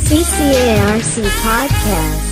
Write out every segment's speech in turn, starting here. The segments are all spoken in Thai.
BCARC Podcast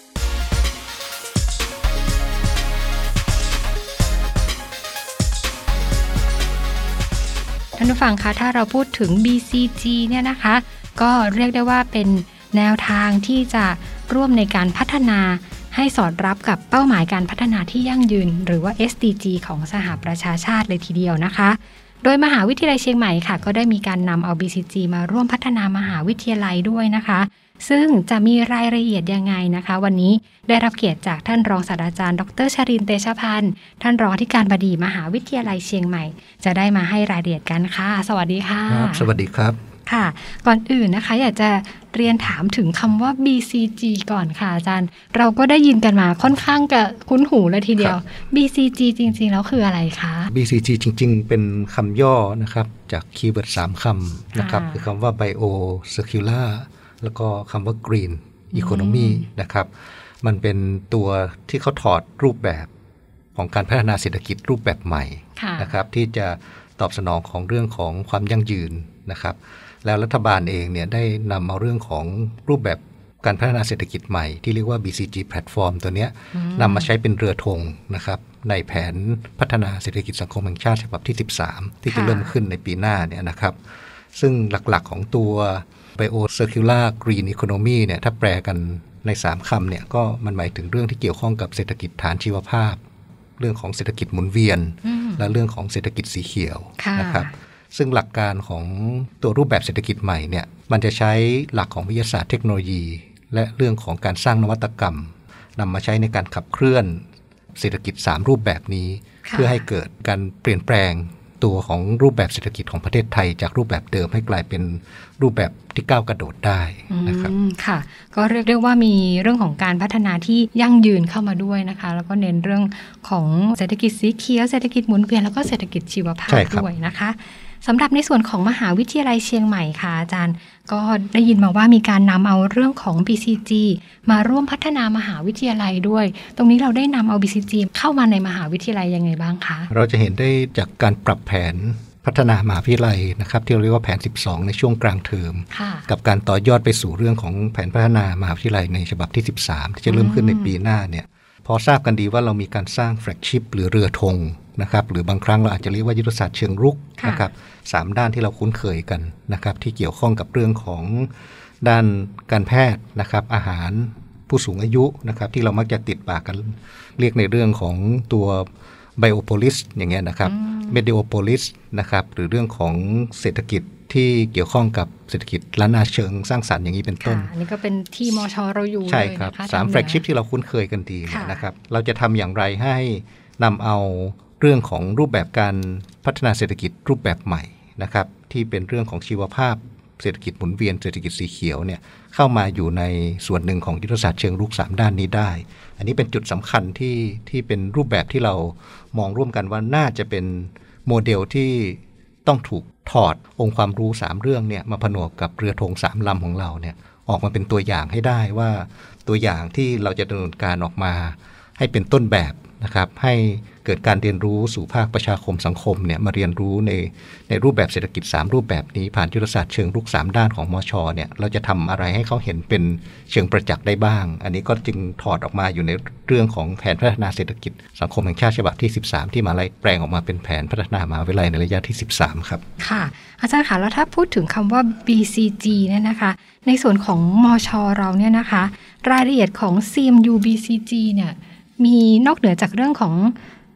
ท่านผู้ฟังคะถ้าเราพูดถึง BCG เนี่ยนะคะก็เรียกได้ว่าเป็นแนวทางที่จะร่วมในการพัฒนาให้สอดรับกับเป้าหมายการพัฒนาที่ยั่งยืนหรือว่า SDG ของสหประชาชาติเลยทีเดียวนะคะโดยมหาวิทยาลัยเชียงใหม่ค่ะก็ได้มีการนำเอา BCG มาร่วมพัฒนามหาวิทยาลัยด้วยนะคะซึ่งจะมีรายละเอียดยังไงนะคะวันนี้ได้รับเกียรติจากท่านรองศาสตราจารย์ดร.ชรินทร์ เตชะพันธ์ท่านรองอธิการบดีมหาวิทยาลัยเชียงใหม่จะได้มาให้รายละเอียดกันค่ะสวัสดีค่ะครับสวัสดีครับค่ะก่อนอื่นนะคะอยากจะเรียนถามถึงคำว่า BCG ก่อนค่ะอาจารย์เราก็ได้ยินกันมาค่อนข้างจะคุ้นหูเลยทีเดียว BCG จริงๆแล้วคืออะไรคะ BCG จริงๆเป็นคำย่อนะครับจากคีย์เวิร์ด3คำนะครับคือคำว่า Bio Circular แล้วก็คำว่า Green Economy นะครับมันเป็นตัวที่เขาถอดรูปแบบของการพัฒนาเศรษฐกิจรูปแบบใหม่นะครับที่จะตอบสนองของเรื่องของความยั่งยืนนะครับแล้วรัฐบาลเองเนี่ยได้นำเอาเรื่องของรูปแบบการพัฒนาเศรษฐกิจใหม่ที่เรียกว่า BCG Platform ตัวนี้นำมาใช้เป็นเรือธงนะครับในแผนพัฒนาเศรษฐกิจสังคมแห่งชาติฉบับที่13ที่จะเริ่มขึ้นในปีหน้าเนี่ยนะครับซึ่งหลักๆของตัว Bio Circular Green Economy เนี่ยถ้าแปลกันใน3คำเนี่ยก็มันหมายถึงเรื่องที่เกี่ยวข้องกับเศรษฐกิจฐานชีวภาพเรื่องของเศรษฐกิจหมุนเวียนและเรื่องของเศรษฐกิจสีเขียวนะครับซึ่งหลักการของตัวรูปแบบเศรษฐกิจใหม่เนี่ยมันจะใช้หลักของวิทยาศาสตร์เทคโนโลยีและเรื่องของการสร้างนวัตกรรมนำมาใช้ในการขับเคลื่อนเศรษฐกิจ3รูปแบบนี้เพื่อให้เกิดการเปลี่ยนแปลงตัวของรูปแบบเศรษฐกิจของประเทศไทยจากรูปแบบเดิมให้กลายเป็นรูปแบบที่ก้าวกระโดดได้นะครับค่ะก็เรียกได้ว่ามีเรื่องของการพัฒนาที่ยั่งยืนเข้ามาด้วยนะคะแล้วก็เน้นเรื่องของเศรษฐกิจสีเขียวเศรษฐกิจหมุนเวียนแล้วก็เศรษฐกิจชีวภาพด้วยนะคะสำหรับในส่วนของมหาวิทยาลัยเชียงใหม่ค่ะอาจารย์ก็ได้ยินมาว่ามีการนำเอาเรื่องของ BCG มาร่วมพัฒนามหาวิทยาลัยด้วยตรงนี้เราได้นำเอา BCG เข้ามาในมหาวิทยาลัยยังไงบ้างคะเราจะเห็นได้จากการปรับแผนพัฒนามหาวิทยาลัยนะครับที่เราเรียกว่าแผน12ในช่วงกลางเทอมกับการต่อยอดไปสู่เรื่องของแผนพัฒนามหาวิทยาลัยในฉบับที่13ที่จะเริ่มขึ้นในปีหน้าเนี่ยพอทราบกันดีว่าเรามีการสร้างแฟลกชิพหรือเรือธงนะครับหรือบางครั้งเราอาจจะเรียกว่ายุทธศาสตร์เชิงรุกนะครับ3ด้านที่เราคุ้นเคยกันนะครับที่เกี่ยวข้องกับเรื่องของด้านการแพทย์นะครับอาหารผู้สูงอายุนะครับที่เรามักจะติดปากกันเรียกในเรื่องของตัว Biopolis อย่างเงี้ยนะครับ Mediopolis นะครับหรือเรื่องของเศรษฐกิจที่เกี่ยวข้องกับเศรษฐกิจล้านนาเชิงสร้างสรรค์อย่างนี้เป็นต้นอันนี้ก็เป็นที่มช.เราอยู่ใช่ครับ3แฟลกชิพที่เราคุ้นเคยกันดีนะครับเราจะทำอย่างไรให้นำเอาเรื่องของรูปแบบการพัฒนาเศรษฐกิจรูปแบบใหม่นะครับที่เป็นเรื่องของชีวภาพเศรษฐกิจหมุนเวียนเศรษฐกิจสีเขียวเนี่ยเข้ามาอยู่ในส่วนหนึ่งของยุทธศาสตร์เชิงรุก3ด้านนี้ได้อันนี้เป็นจุดสำคัญที่เป็นรูปแบบที่เรามองร่วมกันว่าน่าจะเป็นโมเดลที่ต้องถูกถอดองค์ความรู้3เรื่องเนี่ยมาผนวกกับเรือธง3ลำของเราเนี่ยออกมาเป็นตัวอย่างให้ได้ว่าตัวอย่างที่เราจะดำเนินการออกมาให้เป็นต้นแบบนะครับให้เกิดการเรียนรู้สู่ภาคประชาคมสังคมเนี่ยมาเรียนรู้ในรูปแบบเศรษฐกิจ3รูปแบบนี้ผ่านยุทธศาสตร์เชิงรุก3ด้านของมช.เนี่ยเราจะทำอะไรให้เขาเห็นเป็นเชิงประจักษ์ได้บ้างอันนี้ก็จึงถอดออกมาอยู่ในเรื่องของแผนพัฒนาเศรษฐกิจสังคมแห่งชาติฉบับที่13ที่มหาวิทยาลัยแปลงออกมาเป็นแผนพัฒนามหาวิทยาลัยในระยะที่13ครับค่ะอาจารย์คะแล้วถ้าพูดถึงคำว่า BCG เนี่ยนะคะในส่วนของมช.เราเนี่ยนะคะรายละเอียดของ CMU BCG เนี่ยมีนอกเหนือจากเรื่องของ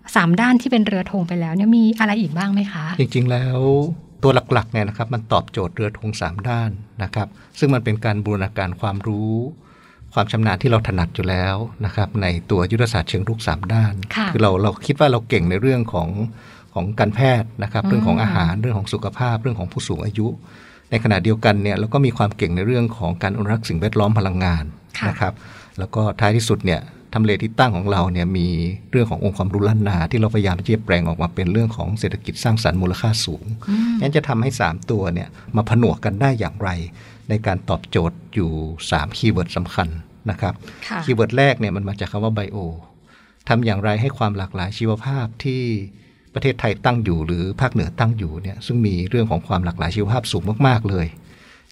3ด้านที่เป็นเรือธงไปแล้วเนี่ยมีอะไรอีกบ้างไหมคะจริงๆแล้วตัวหลักๆเนี่ยนะครับมันตอบโจทย์เรือธง3ด้านนะครับซึ่งมันเป็นการบูรณาการความรู้ความชำนาญที่เราถนัดอยู่แล้วนะครับในตัวยุทธศาสตร์เชิงรุก3ด้านคือเราคิดว่าเราเก่งในเรื่องของการแพทย์นะครับเรื่องของอาหารเรื่องของสุขภาพเรื่องของผู้สูงอายุในขณะเดียวกันเนี่ยเราก็มีความเก่งในเรื่องของการอนุรักษ์สิ่งแวดล้อมพลังงานนะครับแล้วก็ท้ายที่สุดเนี่ยทำเลที่ตั้งของเราเนี่ยมีเรื่องขององค์ความรู้ล้านนาที่เราพยายามที่จะแปลงออกมาเป็นเรื่องของเศรษฐกิจสร้างสรรค์มูลค่าสูงงั้นจะทำให้3ตัวเนี่ยมาผนวกกันได้อย่างไรในการตอบโจทย์อยู่3คีย์เวิร์ดสำคัญนะครับคีย์เวิร์ดแรกเนี่ยมันมาจากคำว่าไบโอทำอย่างไรให้ความหลากหลายชีวภาพที่ประเทศไทยตั้งอยู่หรือภาคเหนือตั้งอยู่เนี่ยซึ่งมีเรื่องของความหลากหลายชีวภาพสูงมากๆเลย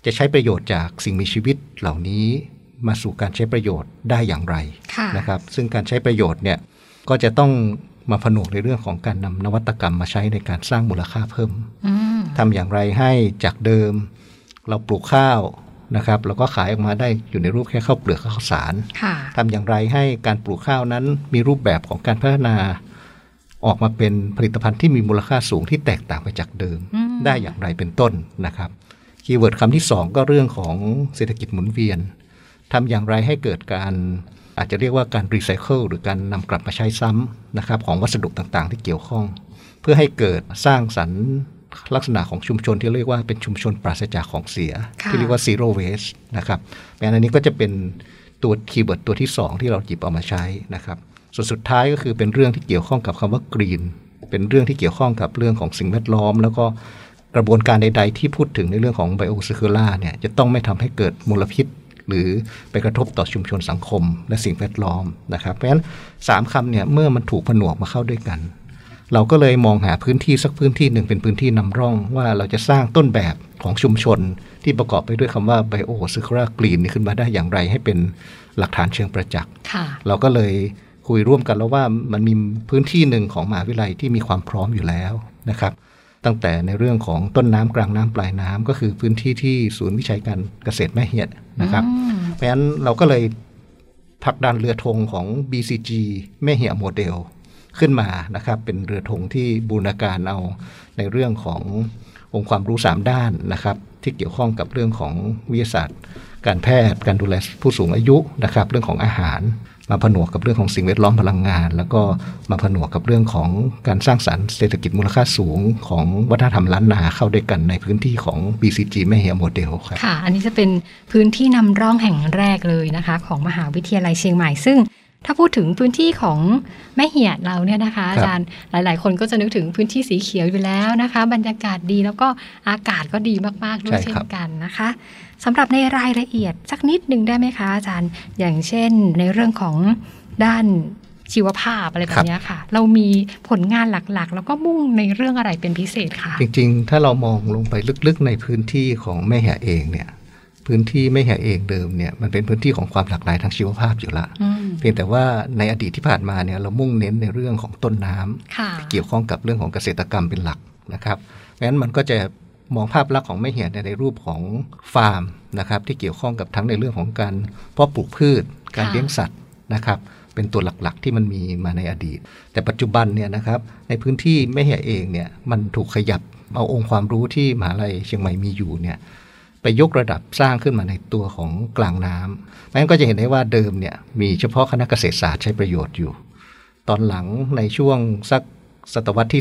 จะใช้ประโยชน์จากสิ่งมีชีวิตเหล่านี้มาสู่การใช้ประโยชน์ได้อย่างไรนะครับซึ่งการใช้ประโยชน์เนี่ยก็จะต้องมาผนวกในเรื่องของการนำนวัตกรรมมาใช้ในการสร้างมูลค่าเพิ่มทำอย่างไรให้จากเดิมเราปลูกข้าวนะครับแล้วก็ขายออกมาได้อยู่ในรูปแค่ข้าวเปลือกข้าวสารทำอย่างไรให้การปลูกข้าวนั้นมีรูปแบบของการพัฒนาออกมาเป็นผลิตภัณฑ์ที่มีมูลค่าสูงที่แตกต่างไปจากเดิมได้อย่างไรเป็นต้นนะครับคีย์เวิร์ดคำที่2ก็เรื่องของเศรษฐกิจหมุนเวียนทำอย่างไรให้เกิดการอาจจะเรียกว่าการรีไซเคิลหรือการนำกลับมาใช้ซ้ำนะครับของวัสดุต่างๆที่เกี่ยวข้องเพื่อให้เกิดสร้างสรรค์ลักษณะของชุมชนที่เรียกว่าเป็นชุมชนปราศจากของเสียที่เรียกว่า zero waste นะครับอันนี้ก็จะเป็นตัวคีย์เวิร์ดตัวที่2ที่เราหยิบเอามาใช้นะครับส่วนสุดท้ายก็คือเป็นเรื่องที่เกี่ยวข้องกับคำว่า green เป็นเรื่องที่เกี่ยวข้องกับเรื่องของสิ่งแวดล้อมแล้วก็กระบวนการใดๆที่พูดถึงในเรื่องของ biocircular เนี่ยจะต้องไม่ทำให้เกิดมลพิษหรือไปกระทบต่อชุมชนสังคมและสิ่งแวดล้อมนะครับเพราะฉะนั้น3คำเนี่ยเมื่อมันถูกผนวกมาเข้าด้วยกันเราก็เลยมองหาพื้นที่สักพื้นที่หนึ่งเป็นพื้นที่นำร่องว่าเราจะสร้างต้นแบบของชุมชนที่ประกอบไปด้วยคำว่า biocircular green นี่ขึ้นมาได้อย่างไรให้เป็นหลักฐานเชิงประจักษ์เราก็เลยคุยร่วมกันแล้วว่ามันมีพื้นที่หนึ่งของมหาวิทยาลัยที่มีความพร้อมอยู่แล้วนะครับตั้งแต่ในเรื่องของต้นน้ำกลางน้ำปลายน้ำก็คือพื้นที่ที่ศูนย์วิจัยการเกษตรแม่เหียดนะครับเพราะฉะนั้นเราก็เลยผลักดันเรือธงของ BCG แม่เหียโมเดลขึ้นมานะครับเป็นเรือธงที่บูรณาการเอาในเรื่องขององค์ความรู้3ด้านนะครับที่เกี่ยวข้องกับเรื่องของวิทยาศาสตร์การแพทย์การดูแลผู้สูงอายุนะครับเรื่องของอาหารมาผนวกกับเรื่องของสิ่งแวดล้อมพลังงานแล้วก็มาผนวกกับเรื่องของการสร้างสรรค์เศรษฐกิจมูลค่าสูงของวัฒนธรรมล้านนาเข้าด้วยกันในพื้นที่ของ BCG แม่เหียโมเดลครับค่ะอันนี้จะเป็นพื้นที่นำร่องแห่งแรกเลยนะคะของมหาวิทยาลัยเชียงใหม่ซึ่งถ้าพูดถึงพื้นที่ของแม่เหียดเราเนี่ยนะคะอาจารย์หลายๆคนก็จะนึกถึงพื้นที่สีเขียวอยู่แล้วนะคะบรรยากาศดีแล้วก็อากาศก็ดีมากๆด้วยเช่นกันนะคะสำหรับในรายละเอียดสักนิดนึงได้ไหมคะอาจารย์อย่างเช่นในเรื่องของด้านชีวภาพอะไรแบบนี้ค่ะเรามีผลงานหลักๆแล้วก็มุ่งในเรื่องอะไรเป็นพิเศษคะจริงๆถ้าเรามองลงไปลึกๆในพื้นที่ของแม่เหียเองเนี่ยพื้นที่แม่เหียเองเดิมเนี่ยมันเป็นพื้นที่ของความหลากหลายทางชีวภาพอยู่ละเพียงแต่ว่าในอดีตที่ผ่านมาเนี่ยเรามุ่งเน้นในเรื่องของต้นน้ำที่เกี่ยวข้องกับเรื่องของเกษตรกรรมเป็นหลักนะครับเพราะฉะนั้นมันก็จะมองภาพลักษณ์ของแม่เหียในรูปของฟาร์มนะครับที่เกี่ยวข้องกับทั้งในเรื่องของการเพาะปลูกพืชการเลี้ยงสัตว์นะครับเป็นตัวหลักๆที่มันมีมาในอดีตแต่ปัจจุบันเนี่ยนะครับในพื้นที่แม่เหียเองเนี่ยมันถูกขยับเอาองค์ความรู้ที่มหาวิทยาลัยเชียงใหม่มีอยู่เนี่ยไปยกระดับสร้างขึ้นมาในตัวของกลางน้ำนั้นก็จะเห็นได้ว่าเดิมเนี่ยมีเฉพาะคณะเกษตรศาสตร์ใช้ประโยชน์อยู่ตอนหลังในช่วงสักศตวรรษที่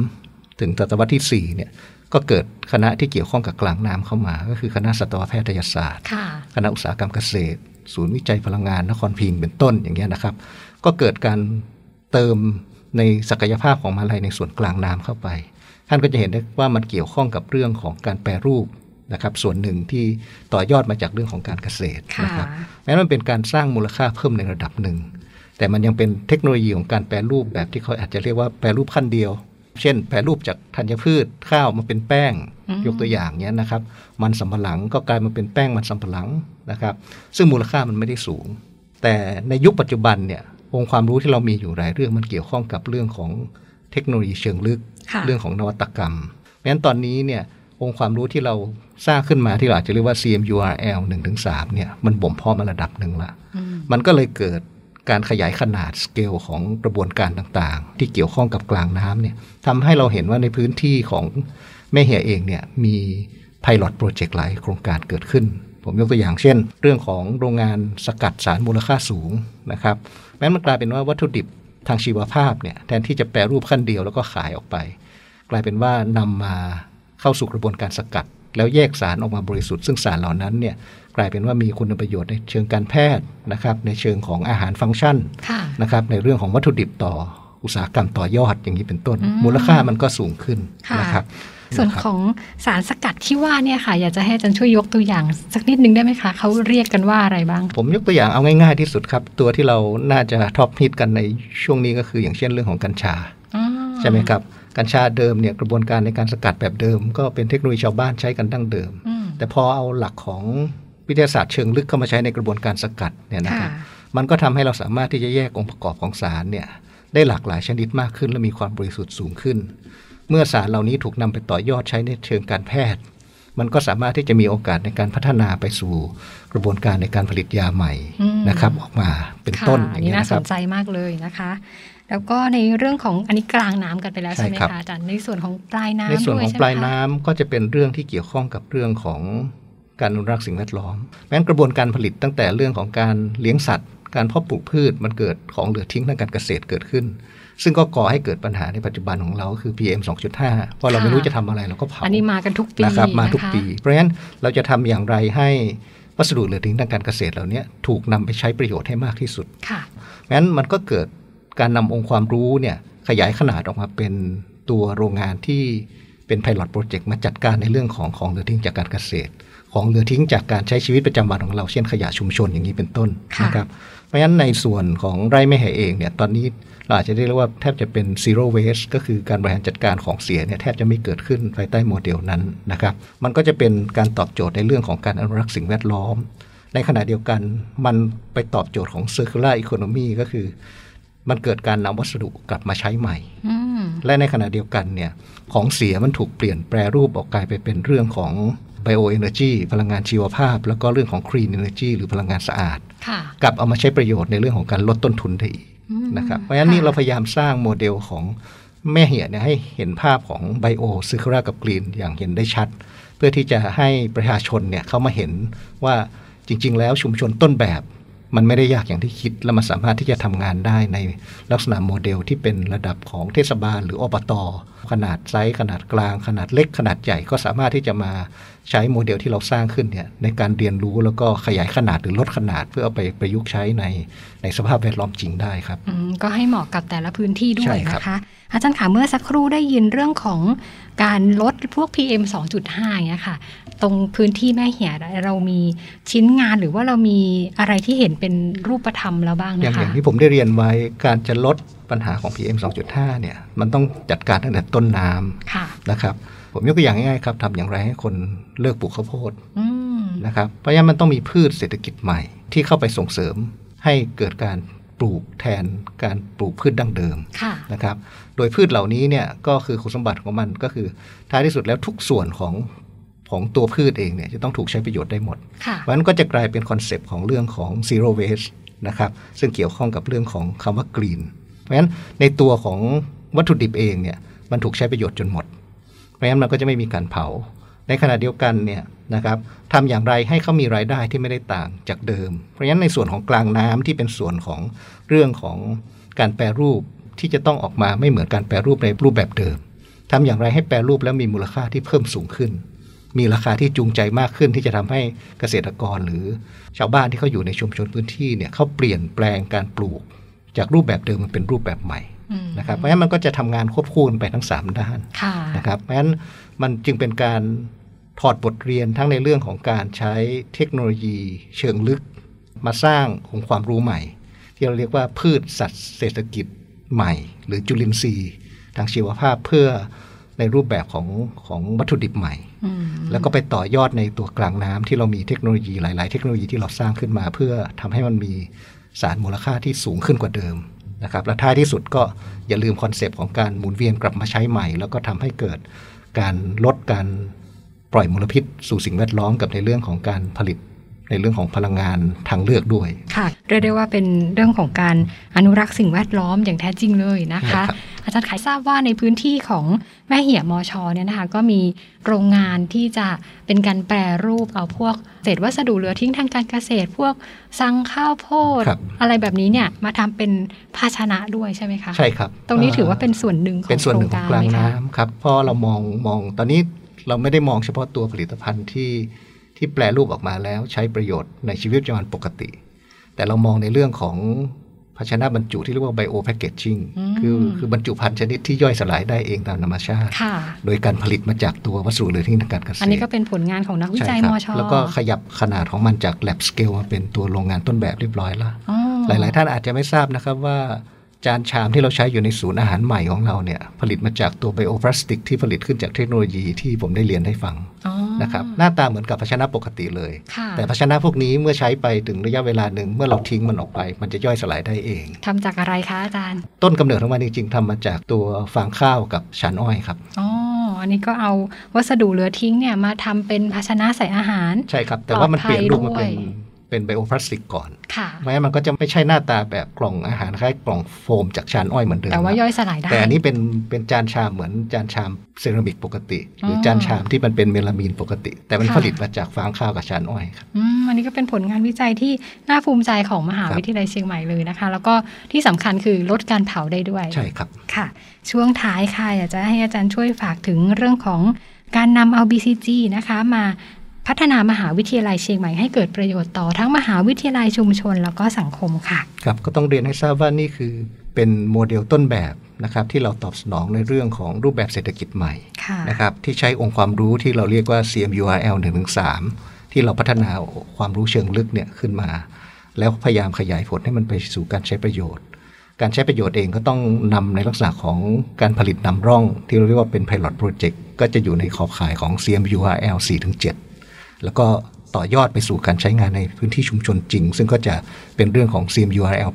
3ถึงศตวรรษที่4เนี่ยก็เกิดคณะที่เกี่ยวข้องกับกลางน้ำเข้ามาก็คือคณะสัตวแพทยศาสตร์คณะอุตสาหกรรมเกษตรศูนย์วิจัยพลังงานนครพิงค์เป็นต้นอย่างเงี้ยนะครับก็เกิดการเติมในศักยภาพของมหาวิทยาลัยในส่วนกลางน้ำเข้าไปท่านก็จะเห็นได้ว่ามันเกี่ยวข้องกับเรื่องของการแปรรูปนะครับส่วนหนึ่งที่ต่อยอดมาจากเรื่องของการเกษตรนะครับแม้มันเป็นการสร้างมูลค่าเพิ่มในระดับหนึ่งแต่มันยังเป็นเทคโนโลยีของการแปรรูปแบบที่เขาอาจจะเรียกว่าแปรรูปขั้นเดียวเช่นแปรรูปจากธัญพืชข้าวมาเป็นแป้งยกตัวอย่างเนี้ยนะครับมันสำปะหลังก็กลายมาเป็นแป้งมันสำปะหลังนะครับซึ่งมูลค่ามันไม่ได้สูงแต่ในยุคปัจจุบันเนี่ยองค์ความรู้ที่เรามีอยู่หลายเรื่องมันเกี่ยวข้องกับเรื่องของเทคโนโลยีเชิงลึกเรื่องของนวัตกรรมเพราะฉะนั้นตอนนี้เนี่ยองค์ความรู้ที่เราสร้างขึ้นมาที่เราอาจจะเรียกว่า CMURL 1-3 เนี่ยมันบ่มเพาะมาระดับหนึ่งละมันก็เลยเกิดการขยายขนาดสเกลของกระบวนการต่างๆที่เกี่ยวข้องกับกลางน้ำเนี่ยทำให้เราเห็นว่าในพื้นที่ของแม่เหียเองเนี่ยมีไพลอตโปรเจกต์หลายโครงการเกิดขึ้นผมยกตัวอย่างเช่นเรื่องของโรงงานสกัดสารมูลค่าสูงนะครับแม้มันกลายเป็นว่าวัตถุดิบทางชีวภาพเนี่ยแทนที่จะแปรรูปขั้นเดียวแล้วก็ขายออกไปกลายเป็นว่านำมาเข้าสู่กระบวนการสกัดแล้วแยกสารออกมาบริสุทธิ์ซึ่งสารเหล่านั้นเนี่ยกลายเป็นว่ามีคุณประโยชน์ในเชิงการแพทย์นะครับในเชิงของอาหารฟังก์ชันนะครับในเรื่องของวัตถุดิบต่ออุตสาหกรรมต่อยอดอย่างนี้เป็นต้นมูลค่ามันก็สูงขึ้นนะครับส่วนของสารสกัดที่ว่าเนี่ยค่ะอยากจะให้อาจารย์ช่วยยกตัวอย่างสักนิดนึงได้ไหมคะเขาเรียกกันว่าอะไรบ้างผมยกตัวอย่างเอาง่ายๆที่สุดครับตัวที่เราน่าจะท็อปฮิตกันในช่วงนี้ก็คืออย่างเช่นเรื่องของกัญชาใช่ไหมครับกัญชาเดิมเนี่ยกระบวนการในการสกัดแบบเดิมก็เป็นเทคโนโลยีชาวบ้านใช้กันดั้งเดิมแต่แต่พอเอาหลักของวิทยาศาสตร์เชิงลึกเข้ามาใช้ในกระบวนการสกัดเนี่ยนะครับมันก็ทำให้เราสามารถที่จะแยกองค์ประกอบของสารเนี่ยได้หลากหลายชนิดมากขึ้นและมีความบริสุทธิ์สูงขึ้นเมื่อสารเหล่านี้ถูกนำไปต่อยอดใช้ในเชิงการแพทย์มันก็สามารถที่จะมีโอกาสในการพัฒนาไปสู่กระบวนการในการผลิตยาใหม่นะครับออกมาเป็นต้นอย่างนี้นะครับน่าสนใจมากเลยนะคะแล้วก็ในเรื่องของอันนี้กลางน้ำกันไปแล้วใช่ไหมคะอาจารย์ในส่วนของปลายน้ำในส่วนของปลายน้ำก็จะเป็นเรื่องที่เกี่ยวข้องกับเรื่องของการอนุรักษ์สิ่งแวดล้อมงั้นกระบวนการผลิตตั้งแต่เรื่องของการเลี้ยงสัตว์การเพาะปลูกพืชมันเกิดของเหลือทิ้งทางการเกษตรเกิดขึ้นซึ่งก็ก่อให้เกิดปัญหาในปัจจุบันของเราคือ PM 2.5 เพราะเราไม่รู้จะทำอะไรเราก็เผาอันนี้มากันทุกปีนะครับมาทุกปีเพราะฉะนั้นเราจะทำอย่างไรให้วัสดุเหลือทิ้งทางการเกษตรเหล่านี้ถูกนำไปใช้ประโยชน์ให้มากที่สุดงั้นมันก็เกิดการนำองค์ความรู้เนี่ยขยายขนาดออกมาเป็นตัวโรงงานที่เป็น Pilot Project มาจัดการในเรื่องของเหลือทิ้งจากการเกษตรของเหลือทิ้งจากการใช้ชีวิตประจำวันของเราเช่นขยะชุมชนอย่างนี้เป็นต้นนะครับเพราะฉะนั้นในส่วนของไร่แม่แห่เองเนี่ยตอนนี้เราอาจจะเรียกว่าแทบจะเป็น zero waste ก็คือการบริหารจัดการของเสียเนี่ยแทบจะไม่เกิดขึ้นภายใต้โมเดลนั้นนะครับมันก็จะเป็นการตอบโจทย์ในเรื่องของการอนุรักษ์สิ่งแวดล้อมในขณะเดียวกันมันไปตอบโจทย์ของ circular economy ก็คือมันเกิดการนำวัสดุกลับมาใช้ใหม่และในขณะเดียวกันเนี่ยของเสียมันถูกเปลี่ยนแปรรูปออกกลายไปเป็นเรื่องของ bioenergy พลังงานชีวภาพแล้วก็เรื่องของ clean energy หรือพลังงานสะอาดกลับเอามาใช้ประโยชน์ในเรื่องของการลดต้นทุนได้อีกนะครับเพราะฉะนั้นนี่เราพยายามสร้างโมเดลของแม่เหี่ยเนี่ยให้เห็นภาพของ bio circular กับ green อย่างเห็นได้ชัดเพื่อที่จะให้ประชาชนเนี่ยเข้ามาเห็นว่าจริงๆแล้วชุมชนต้นแบบมันไม่ได้ยากอย่างที่คิดและมันสามารถที่จะทำงานได้ในลักษณะโมเดลที่เป็นระดับของเทศบาลหรืออบต.ขนาดไซส์ขนาดกลางขนาดเล็กขนาดใหญ่ก็สามารถที่จะมาใช้โมเดลที่เราสร้างขึ้นเนี่ยในการเรียนรู้แล้วก็ขยายขนาดหรือลดขนาดเพื่อเอาไปประยุกต์ใช้ในสภาพแวดล้อมจริงได้ครับก็ให้เหมาะกับแต่ละพื้นที่ด้วยนะคะอาจารย์ค่ะเมื่อสักครู่ได้ยินเรื่องของการลดพวก PM 2.5 อย่างเงี้ยค่ะตรงพื้นที่แม่เหี่ยเรามีชิ้นงานหรือว่าเรามีอะไรที่เห็นเป็นรูปธรรมแล้วบ้างนะคะอย่างที่ผมได้เรียนไว้การจะลดปัญหาของ PM 2.5 เนี่ยมันต้องจัดการตั้งแต่ต้นน้ำนะครับผมยกตัวอย่างง่ายๆครับทำอย่างไรให้คนเลิกปลูกข้าวโพดนะครับเพราะฉะนั้นมันต้องมีพืชเศรษฐกิจใหม่ที่เข้าไปส่งเสริมให้เกิดการปลูกแทนการปลูกพืชดั้งเดิมนะครับโดยพืชเหล่านี้เนี่ยก็คือคุณสมบัติของมันก็คือท้ายที่สุดแล้วทุกส่วนของตัวพืชเองเนี่ยจะต้องถูกใช้ประโยชน์ได้หมดเพราะฉะนั้นก็จะกลายเป็นคอนเซปต์ของเรื่องของ zero waste นะครับซึ่งเกี่ยวข้องกับเรื่องของคำว่า green เพราะฉะนั้นในตัวของวัตถุดิบเองเนี่ยมันถูกใช้ประโยชน์จนหมดเพราะฉะนั้นมันก็จะไม่มีการเผาในขณะเดียวกันเนี่ยนะครับทำอย่างไรให้เขามีรายได้ที่ไม่ได้ต่างจากเดิมเพราะฉะนั้นในส่วนของกลางน้ำที่เป็นส่วนของเรื่องของการแปรรูปที่จะต้องออกมาไม่เหมือนการแปรรูปในรูปแบบเดิมทำอย่างไรให้แปรรูปแล้วมีมูลค่าที่เพิ่มสูงขึ้นมีราคาที่จูงใจมากขึ้นที่จะทำให้เกษตรกรหรือชาวบ้านที่เขาอยู่ในชุมชนพื้นที่เนี่ยเขาเปลี่ยนแปลงการปลูกจากรูปแบบเดิมมันเป็นรูปแบบใหม่นะครับเพราะฉะนั้นมันก็จะทำงานควบคู่กันไปทั้ง3ด้านนะครับเพราะฉะนั้นมันจึงเป็นการถอดบทเรียนทั้งในเรื่องของการใช้เทคโนโลยีเชิงลึกมาสร้างองค์ความรู้ใหม่ที่เราเรียกว่าพืชสัตว์เศรษฐกิจใหม่หรือจุลินทรีย์ทางชีวภาพเพื่อในรูปแบบของวัตถุดิบใหม่แล้วก็ไปต่อยอดในตัวกลางน้ำที่เรามีเทคโนโลยีหลายๆเทคโนโลยีที่เราสร้างขึ้นมาเพื่อทำให้มันมีสารมูลค่าที่สูงขึ้นกว่าเดิมนะครับและท้ายที่สุดก็อย่าลืมคอนเซปต์ของการหมุนเวียนกลับมาใช้ใหม่แล้วก็ทำให้เกิดการลดการปล่อยมลพิษสู่สิ่งแวดล้อมกับในเรื่องของการผลิตในเรื่องของพลังงานทางเลือกด้วยค่ะเรียกได้ว่าเป็นเรื่องของการอนุรักษ์สิ่งแวดล้อมอย่างแท้จริงเลยนะคะอาจารย์ขายทราบว่าในพื้นที่ของแม่เหี่ยมช.เนี่ยนะคะก็มีโรงงานที่จะเป็นการแปรรูปเอาพวกเศษวัสดุเหลือทิ้งทางการเกษตรพวกซังข้าวโพดอะไรแบบนี้เนี่ยมาทำเป็นภาชนะด้วยใช่ไหมคะใช่ครับตรงนี้ถือว่าเป็นส่วนหนึ่งของโครงการกลางน้ำครับเพราะเรามองตอนนี้เราไม่ได้มองเฉพาะตัวผลิตภัณฑ์ที่แปรรูปออกมาแล้วใช้ประโยชน์ในชีวิตประจำวันปกติแต่เรามองในเรื่องของภาชนะบรรจุที่เรียกว่าไบโอแพคเกจจิ้งคือบรรจุภัณฑ์ชนิดที่ย่อยสลายได้เองตามธรรมชาติโดยการผลิตมาจากตัววัสดุเหลือทิ้งทางการเกษตรอันนี้ก็เป็นผลงานของนักวิจัยมช. แล้วก็ขยับขนาดของมันจาก lab scale มาเป็นตัวโรงงานต้นแบบเรียบร้อยแล้วหลายๆท่านอาจจะไม่ทราบนะครับว่าจานชามที่เราใช้อยู่ในศูนย์อาหารใหม่ของเราเนี่ยผลิตมาจากตัวไบโอพลาสติกที่ผลิตขึ้นจากเทคโนโลยีที่ผมได้เรียนให้ฟังนะครับหน้าตาเหมือนกับภาชนะปกติเลยแต่ภาชนะพวกนี้เมื่อใช้ไปถึงระยะเวลาหนึ่งเมื่อเราทิ้งมันออกไปมันจะย่อยสลายได้เองทำจากอะไรคะอาจารย์ต้นกำเนิดของมันจริงๆทำมาจากตัวฟางข้าวกับชานอ้อยครับอันนี้ก็เอาวัสดุเหลือทิ้งเนี่ยมาทำเป็นภาชนะใส่อาหารใช่ครับแต่ว่ามันเปลี่ยนรูปมาเป็นไบโอพลาสติกก่อนไม่งั้นมันก็จะไม่ใช่หน้าตาแบบกล่องอาหารคล้ายกล่องโฟมจากชานอ้อยเหมือนเดิมแต่ว่าย่อยสลายได้แต่อันนี้เป็นจานชามเหมือนจานชามเซรามิกปกติหรือจานชามที่มันเป็นเมลามีนปกติแต่มันผลิตมาจากฟางข้าวกับชานอ้อยครับอันนี้ก็เป็นผลงานวิจัยที่น่าภูมิใจของมหาวิทยาลัยเชียงใหม่เลยนะคะแล้วก็ที่สำคัญคือลดการเผาได้ด้วยใช่ครับค่ะช่วงท้ายค่ะอยากจะให้อาจารย์ช่วยฝากถึงเรื่องของการนำเอา BCG นะคะมาพัฒนามหาวิทยาลัยเชียงใหม่ให้เกิดประโยชน์ต่อทั้งมหาวิทยาลัยชุมชนแล้วก็สังคมค่ะครับก็ต้องเรียนให้ทราบว่านี่คือเป็นโมเดลต้นแบบนะครับที่เราตอบสนองในเรื่องของรูปแบบเศรษฐกิจใหม่นะครับที่ใช้องค์ความรู้ที่เราเรียกว่า CMURL 1-3 ที่เราพัฒนาความรู้เชิงลึกเนี่ยขึ้นมาแล้วพยายามขยายผลให้มันไปสู่การใช้ประโยชน์การใช้ประโยชน์เองก็ต้องนำในลักษณะของการผลิตนำร่องที่เราเรียกว่าเป็น Pilot Project ก็จะอยู่ในขอบข่ายของ CMURL 4-7 แล้วก็ต่อยอดไปสู่การใช้งานในพื้นที่ชุมชนจริงซึ่งก็จะเป็นเรื่องของ CMURL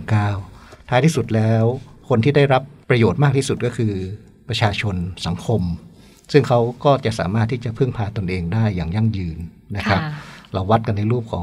8-9 ท้ายที่สุดแล้วคนที่ได้รับประโยชน์มากที่สุดก็คือประชาชนสังคมซึ่งเขาก็จะสามารถที่จะพึ่งพาตนเองได้อย่างยั่งยืนนะครับเราวัดกันในรูปของ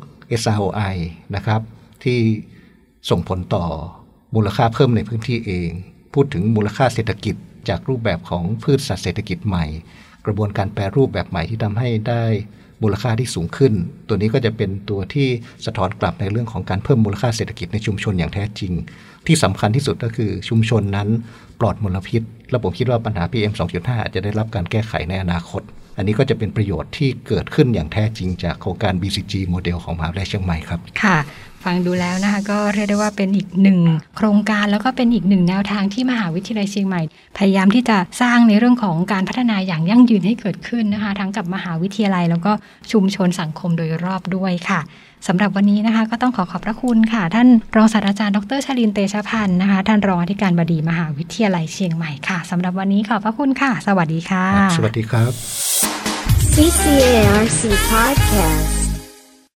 SROI นะครับที่ส่งผลต่อมูลค่าเพิ่มในพื้นที่เองพูดถึงมูลค่าเศรษฐกิจจากรูปแบบของพืชสัตว์เศรษฐกิจใหม่กระบวนการแปรรูปแบบใหม่ที่ทำให้ได้มูลค่าที่สูงขึ้นตัวนี้ก็จะเป็นตัวที่สะท้อนกลับในเรื่องของการเพิ่มมูลค่าเศรษฐกิจในชุมชนอย่างแท้จริงที่สำคัญที่สุดก็คือชุมชนนั้นปลอดมลพิษและผมคิดว่าปัญหา PM 2.5 อาจจะได้รับการแก้ไขในอนาคตอันนี้ก็จะเป็นประโยชน์ที่เกิดขึ้นอย่างแท้จริงจากโครงการ BCG โมเดลของมหาวิทยาลัยเชียงใหม่ครับค่ะฟังดูแล้วนะคะก็เรียกได้ว่าเป็นอีกหนึ่งโครงการแล้วก็เป็นอีกหนึ่งแนวทางที่มหาวิทยาลัยเชียงใหม่พยายามที่จะสร้างในเรื่องของการพัฒนาอย่างยั่งยืนให้เกิดขึ้นนะคะทั้งกับมหาวิทยาลัยแล้วก็ชุมชนสังคมโดยรอบด้วยค่ะสำหรับวันนี้นะคะก็ต้องขอบพระคุณค่ะท่านรองศาสตราจารย์ดร.ชลิน เตชะพันธ์นะคะท่านรองอธิการบดีมหาวิทยาลัยเชียงใหม่ค่ะสำหรับวันนี้ขอบพระคุณค่ะสวัสดีค่ะสวัสดีครับ CCARC Podcast